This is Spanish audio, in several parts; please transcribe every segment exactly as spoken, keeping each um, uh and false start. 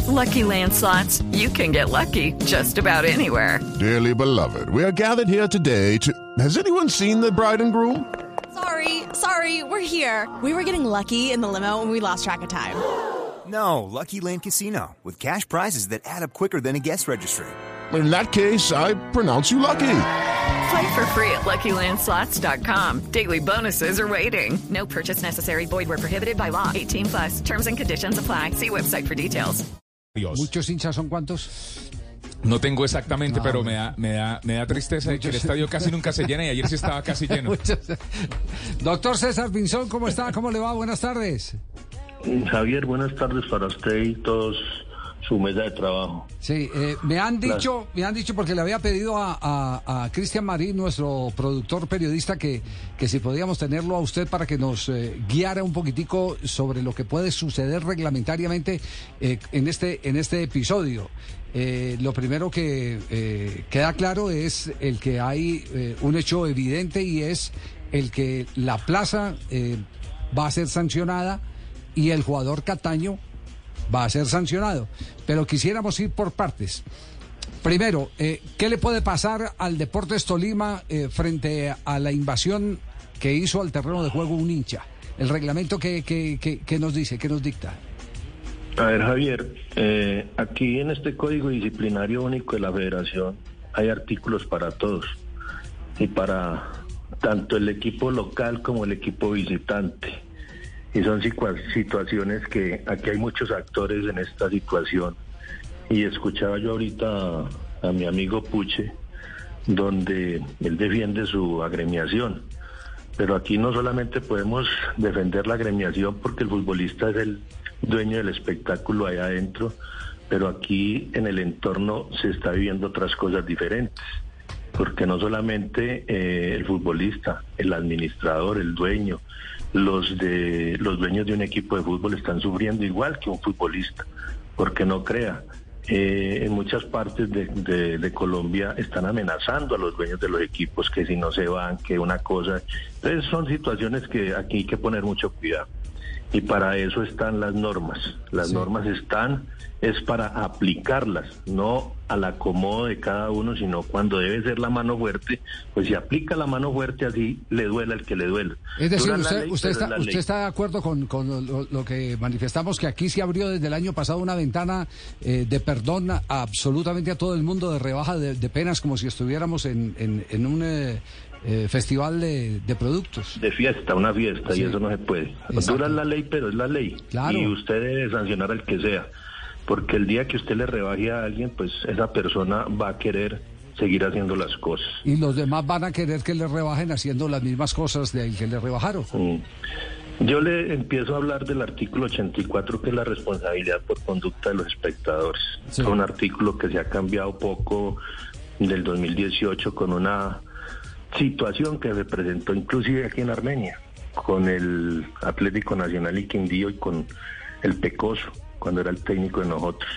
Lucky Land Slots, you can get lucky just about anywhere. Dearly beloved, we are gathered here today to... Has anyone seen the bride and groom? Sorry, sorry, we're here. We were getting lucky in the limo and we lost track of time. No, Lucky Land Casino, with cash prizes that add up quicker than a guest registry. In that case, I pronounce you lucky. Play for free at Lucky Land Slots dot com. Daily bonuses are waiting. No purchase necessary. Void where prohibited by law. eighteen plus. Terms and conditions apply. See website for details. Dios. ¿Muchos hinchas son cuántos? No tengo exactamente, Ah, pero bueno. me da, me da, me da tristeza de que el Muchos- estadio casi nunca se llena y ayer sí estaba casi lleno. Doctor César Pinzón, ¿cómo está? ¿Cómo le va? Buenas tardes. Javier, buenas tardes para usted y todos su mesa de trabajo. Sí, eh, me han dicho, me han dicho porque le había pedido a, a, a Cristian Marín, nuestro productor periodista, que, que si podíamos tenerlo a usted para que nos eh, guiara un poquitico sobre lo que puede suceder reglamentariamente eh, en este en este episodio. Eh, lo primero que eh, queda claro es el que hay eh, un hecho evidente y es el que la plaza eh, va a ser sancionada y el jugador Cataño va a ser sancionado. Pero quisiéramos ir por partes. Primero, eh, ¿qué le puede pasar al Deportes Tolima eh, frente a la invasión que hizo al terreno de juego un hincha? El reglamento que, que, que, que nos dice, que nos dicta. A ver, Javier, eh, aquí en este Código Disciplinario Único de la Federación hay artículos para todos y para tanto el equipo local como el equipo visitante. Y son situaciones que aquí hay muchos actores en esta situación. Y escuchaba yo ahorita a, a mi amigo Puche, donde él defiende su agremiación. Pero aquí no solamente podemos defender la agremiación porque el futbolista es el dueño del espectáculo allá adentro, pero aquí en el entorno se está viviendo otras cosas diferentes. Porque no solamente eh, el futbolista, el administrador, el dueño, los de los dueños de un equipo de fútbol están sufriendo igual que un futbolista, porque no crea, eh, en muchas partes de, de, de Colombia están amenazando a los dueños de los equipos que si no se van, que una cosa. Entonces son situaciones que aquí hay que poner mucho cuidado y para eso están las normas. Las Sí. normas están es para aplicarlas, no al acomodo de cada uno, sino cuando debe ser la mano fuerte, pues se aplica la mano fuerte, así le duela al que le duela. Es decir, Dura la usted, ley, usted, pero está, es la usted ley. está de acuerdo con, con lo, lo que manifestamos, que aquí se abrió desde el año pasado una ventana eh, de perdón a, absolutamente a todo el mundo, de rebaja de, de penas, como si estuviéramos en, en, en un eh, eh, festival de, de productos. De fiesta, una fiesta, Sí. y eso no se puede. Exacto. Dura la ley, pero es la ley. Claro. Y usted debe sancionar al que sea. Porque el día que usted le rebaje a alguien, pues esa persona va a querer seguir haciendo las cosas. Y los demás van a querer que le rebajen haciendo las mismas cosas del que le rebajaron. Mm. Yo le empiezo a hablar del artículo ochenta y cuatro, que es la responsabilidad por conducta de los espectadores. Sí. Es un artículo que se ha cambiado poco del dos mil dieciocho con una situación que se presentó inclusive aquí en Armenia, con el Atlético Nacional y Quindío y con el Pecoso, cuando era el técnico de nosotros,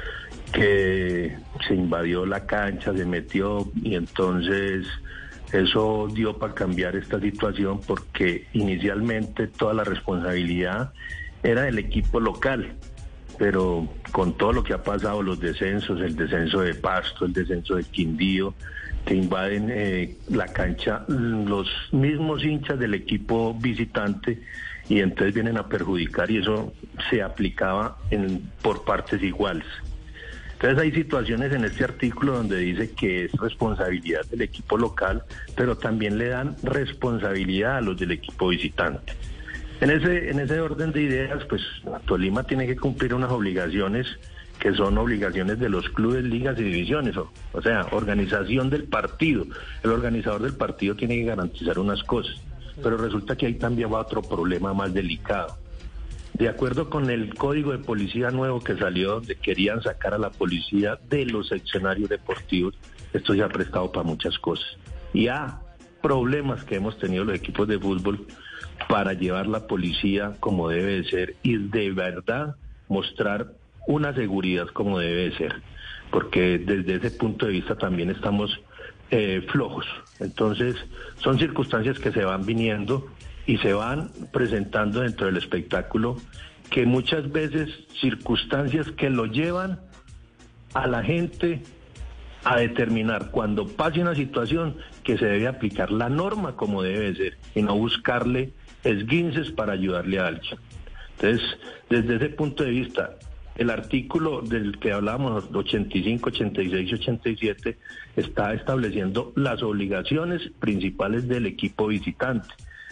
que se invadió la cancha, se metió, y entonces eso dio para cambiar esta situación, porque inicialmente toda la responsabilidad era del equipo local, pero con todo lo que ha pasado, los descensos, el descenso de Pasto, el descenso de Quindío, que invaden eh, la cancha los mismos hinchas del equipo visitante, y entonces vienen a perjudicar, y eso se aplicaba en, por partes iguales. Entonces hay situaciones en este artículo donde dice que es responsabilidad del equipo local, pero también le dan responsabilidad a los del equipo visitante. En ese, en ese orden de ideas, pues Tolima tiene que cumplir unas obligaciones que son obligaciones de los clubes, ligas y divisiones, o, o sea, organización del partido. El organizador del partido tiene que garantizar unas cosas, pero resulta que ahí también va otro problema más delicado. De acuerdo con el código de policía nuevo que salió, donde querían sacar a la policía de los escenarios deportivos, esto se ha prestado para muchas cosas. Y a problemas que hemos tenido los equipos de fútbol para llevar la policía como debe de ser y de verdad mostrar una seguridad como debe de ser. Porque desde ese punto de vista también estamos eh, flojos. Entonces son circunstancias que se van viniendo y se van presentando dentro del espectáculo, que muchas veces circunstancias que lo llevan a la gente a determinar cuando pase una situación que se debe aplicar la norma como debe ser y no buscarle esguinces para ayudarle a alguien. Entonces, desde ese punto de vista, el artículo del que hablábamos, ochenta y cinco, ochenta y seis, ochenta y siete, está estableciendo las obligaciones principales del equipo visitante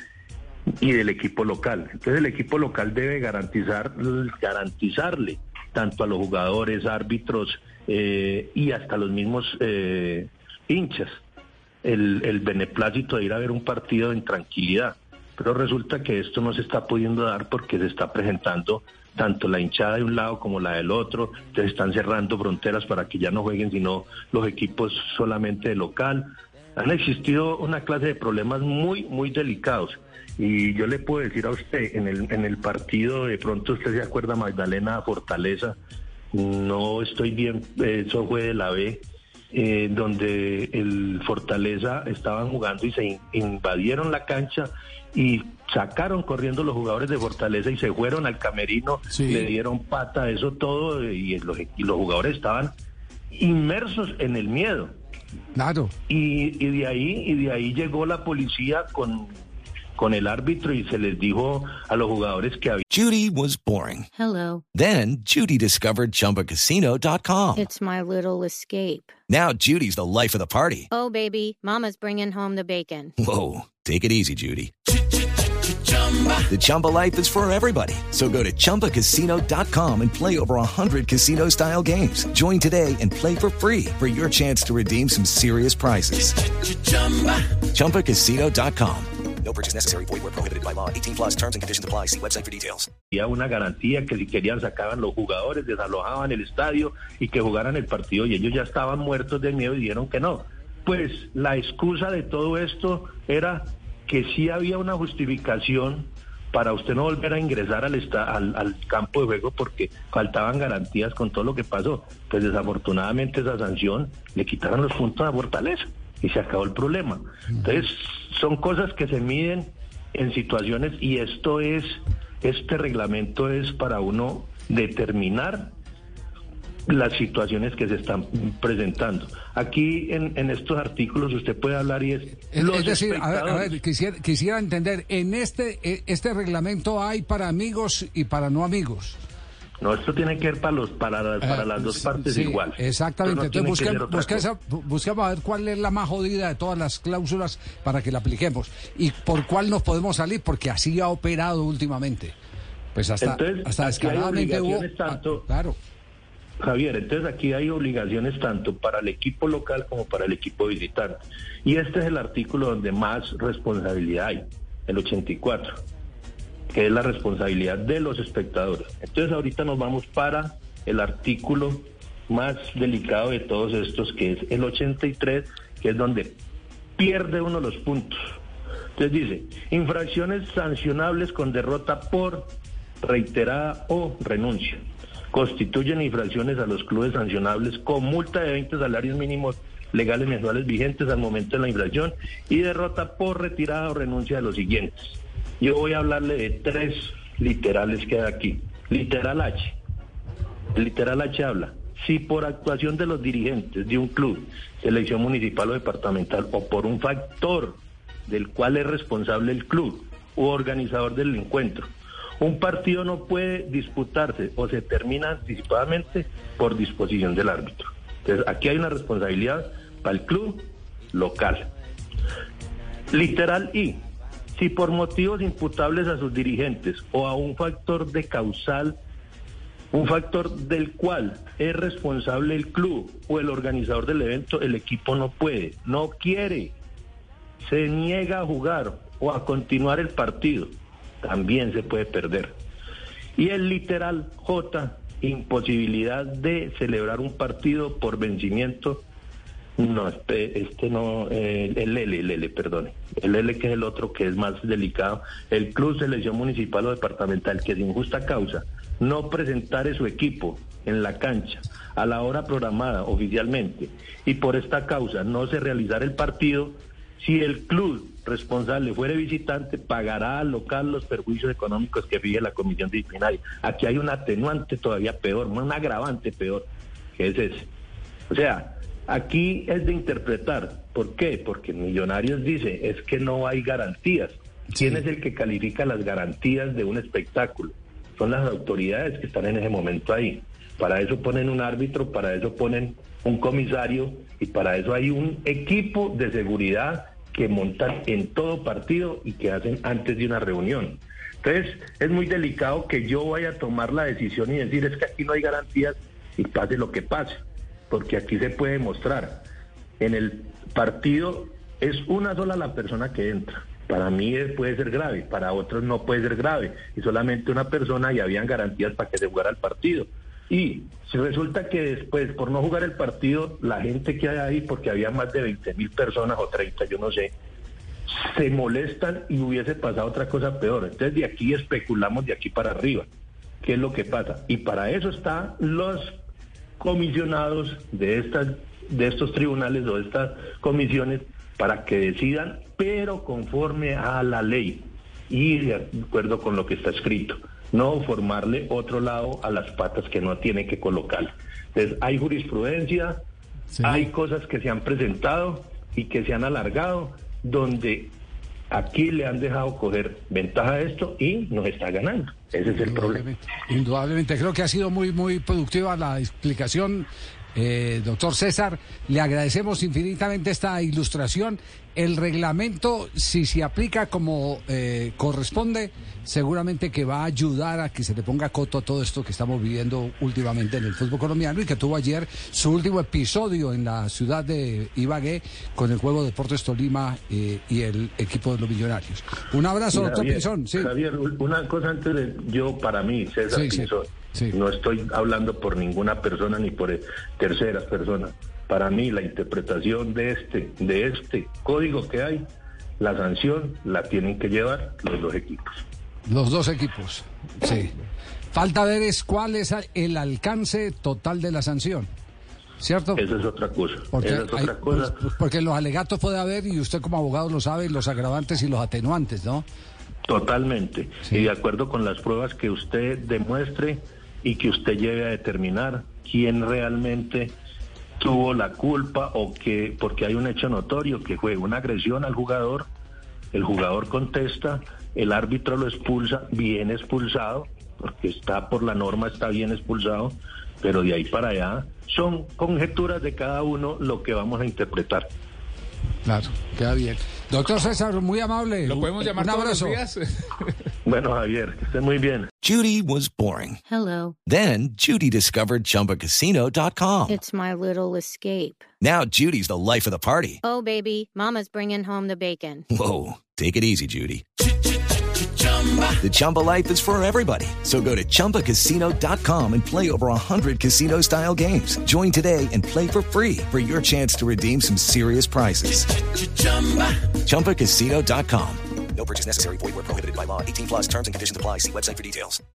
y del equipo local. Entonces el equipo local debe garantizar, garantizarle tanto a los jugadores, árbitros eh, y hasta los mismos eh, hinchas el, el beneplácito de ir a ver un partido en tranquilidad. Pero resulta que esto no se está pudiendo dar porque se está presentando tanto la hinchada de un lado como la del otro, entonces están cerrando fronteras para que ya no jueguen sino los equipos solamente de local. Han existido una clase de problemas muy, muy delicados. Y yo le puedo decir a usted, en el, en el partido, de pronto usted se acuerda, Magdalena Fortaleza, no estoy bien, eso fue de la B, eh, donde el Fortaleza estaban jugando y se invadieron la cancha y sacaron corriendo los jugadores de Fortaleza y se fueron al camerino, sí. Le dieron pata, eso todo, y los, y los jugadores estaban inmersos en el miedo. Claro. Y, y de ahí, y de ahí llegó la policía con... con el árbitro y se les dijo a los jugadores que había. Judy was boring. Hello. Then Judy discovered Chumba Casino dot com. It's my little escape. Now Judy's the life of the party. Oh, baby, mama's bringing home the bacon. Whoa, take it easy, Judy. The Chumba life is for everybody. So go to Chumba Casino dot com and play over one hundred casino-style games. Join today and play for free for your chance to redeem some serious prizes. Chumba Casino dot com. No purchase necessary. Void where prohibited by law. eighteen plus terms and conditions apply. See website for details. Había una garantía que si querían sacaban los jugadores, desalojaban el estadio y que jugaran el partido y ellos ya estaban muertos de miedo y dijeron que no. Pues la excusa de todo esto era que sí había una justificación para usted no volver a ingresar al, esta, al, al campo de juego porque faltaban garantías con todo lo que pasó. Pues desafortunadamente esa sanción le quitaron los puntos a Fortaleza y se acabó el problema. Entonces son cosas que se miden en situaciones y esto es, este reglamento es para uno determinar las situaciones que se están presentando. Aquí en, en estos artículos usted puede hablar y es... Es, es decir, a ver, a ver quisiera, quisiera entender, en este, este reglamento hay para amigos y para no amigos. No, esto tiene que ver para los para, para uh, las dos partes sí, igual. Exactamente. Entonces no busquemos, busquemos, busquemos a ver cuál es la más jodida de todas las cláusulas para que la apliquemos y por cuál nos podemos salir, porque así ha operado últimamente. Pues hasta, entonces, hasta descaradamente hubo... Tanto, ah, claro. Javier, entonces aquí hay obligaciones tanto para el equipo local como para el equipo visitante. Y este es el artículo donde más responsabilidad hay, el ochenta y cuatro. Que es la responsabilidad de los espectadores. Entonces ahorita nos vamos para el artículo más delicado de todos estos, que es el ochenta y tres, que es donde pierde uno los puntos. Entonces dice, infracciones sancionables con derrota por reiterada o renuncia. Constituyen infracciones a los clubes sancionables con multa de veinte salarios mínimos legales mensuales vigentes al momento de la infracción y derrota por retirada o renuncia de los siguientes. Yo voy a hablarle de tres literales que hay aquí. Literal H. El literal H habla, si por actuación de los dirigentes de un club, selección municipal o departamental, o por un factor del cual es responsable el club u organizador del encuentro, un partido no puede disputarse o se termina anticipadamente por disposición del árbitro. Entonces, aquí hay una responsabilidad para el club local. Literal I. Si por motivos imputables a sus dirigentes o a un factor de causal, un factor del cual es responsable el club o el organizador del evento, el equipo no puede, no quiere, se niega a jugar o a continuar el partido, también se puede perder. Y el literal J, imposibilidad de celebrar un partido por vencimiento. No, este, este no, eh, el L, el L, perdone. El L, que es el otro que es más delicado. El club, selección municipal o departamental que sin justa causa no presentare su equipo en la cancha a la hora programada oficialmente y por esta causa no se realizara el partido, Si el club responsable fuere visitante, pagará al local los perjuicios económicos que fije la comisión disciplinaria. Aquí hay un atenuante todavía peor, un agravante peor, que es ese. O sea, aquí es de interpretar. ¿Por qué? Porque Millonarios dice, es que no hay garantías. ¿Quién es el que califica las garantías de un espectáculo? Son las autoridades que están en ese momento ahí. Para eso ponen un árbitro, para eso ponen un comisario y para eso hay un equipo de seguridad que montan en todo partido y que hacen antes de una reunión. Entonces, es muy delicado que yo vaya a tomar la decisión y decir, es que aquí no hay garantías y pase lo que pase, porque aquí se puede mostrar. En el partido es una sola la persona que entra. Para mí puede ser grave, para otros no puede ser grave, y solamente una persona y habían garantías para que se jugara el partido. Y si resulta que después, por no jugar el partido, la gente que hay ahí, porque había más de veinte mil personas o treinta, yo no sé, se molestan y hubiese pasado otra cosa peor. Entonces de aquí especulamos de aquí para arriba. ¿Qué es lo que pasa? Y para eso están los comisionados de estas, de estos tribunales o de estas comisiones, para que decidan, pero conforme a la ley y de acuerdo con lo que está escrito. No formarle otro lado a las patas que no tiene que colocar. Entonces hay jurisprudencia, sí. Hay cosas que se han presentado y que se han alargado, donde aquí le han dejado coger ventaja de esto y nos está ganando. Ese es el problema. Indudablemente, creo que ha sido muy, muy productiva la explicación. Eh, doctor César, le agradecemos infinitamente esta ilustración. El reglamento, si se aplica como eh, corresponde, seguramente que va a ayudar a que se le ponga coto a todo esto que estamos viviendo últimamente en el fútbol colombiano y que tuvo ayer su último episodio en la ciudad de Ibagué con el juego Deportes Tolima eh, y el equipo de los Millonarios. Un abrazo, doctor Pinzón. Sí. Javier, una cosa antes de yo, para mí, César sí, Pinzón. Sí. Sí. No estoy hablando por ninguna persona ni por terceras personas. Para mí la interpretación de este, de este código que hay, la sanción la tienen que llevar los dos equipos. Los dos equipos, sí. Falta ver es cuál es el alcance total de la sanción, ¿cierto? Esa es otra cosa. Porque, Esa es hay, otra cosa. Pues, porque en los alegatos puede haber, y usted como abogado lo sabe, los agravantes y los atenuantes, ¿no? Totalmente. Sí. Y de acuerdo con las pruebas que usted demuestre y que usted lleve a determinar quién realmente tuvo la culpa, o que, porque hay un hecho notorio que fue una agresión al jugador, el jugador contesta, el árbitro lo expulsa, bien expulsado, porque está por la norma, está bien expulsado, pero de ahí para allá son conjeturas de cada uno lo que vamos a interpretar. Claro, queda bien. Doctor César, muy amable. ¿Lo podemos llamar un abrazo? Todos los días? Bueno, Javier, que esté muy bien. Judy was boring. Hello. Then Judy discovered Chumba Casino dot com. It's my little escape. Now Judy's the life of the party. Oh, baby, mama's bringing home the bacon. Whoa, take it easy, Judy. The Chumba life is for everybody. So go to Chumba Casino dot com and play over one hundred casino-style games. Join today and play for free for your chance to redeem some serious prizes. Chumba Casino dot com. No purchase necessary. Void where prohibited by law. eighteen plus terms and conditions apply. See website for details.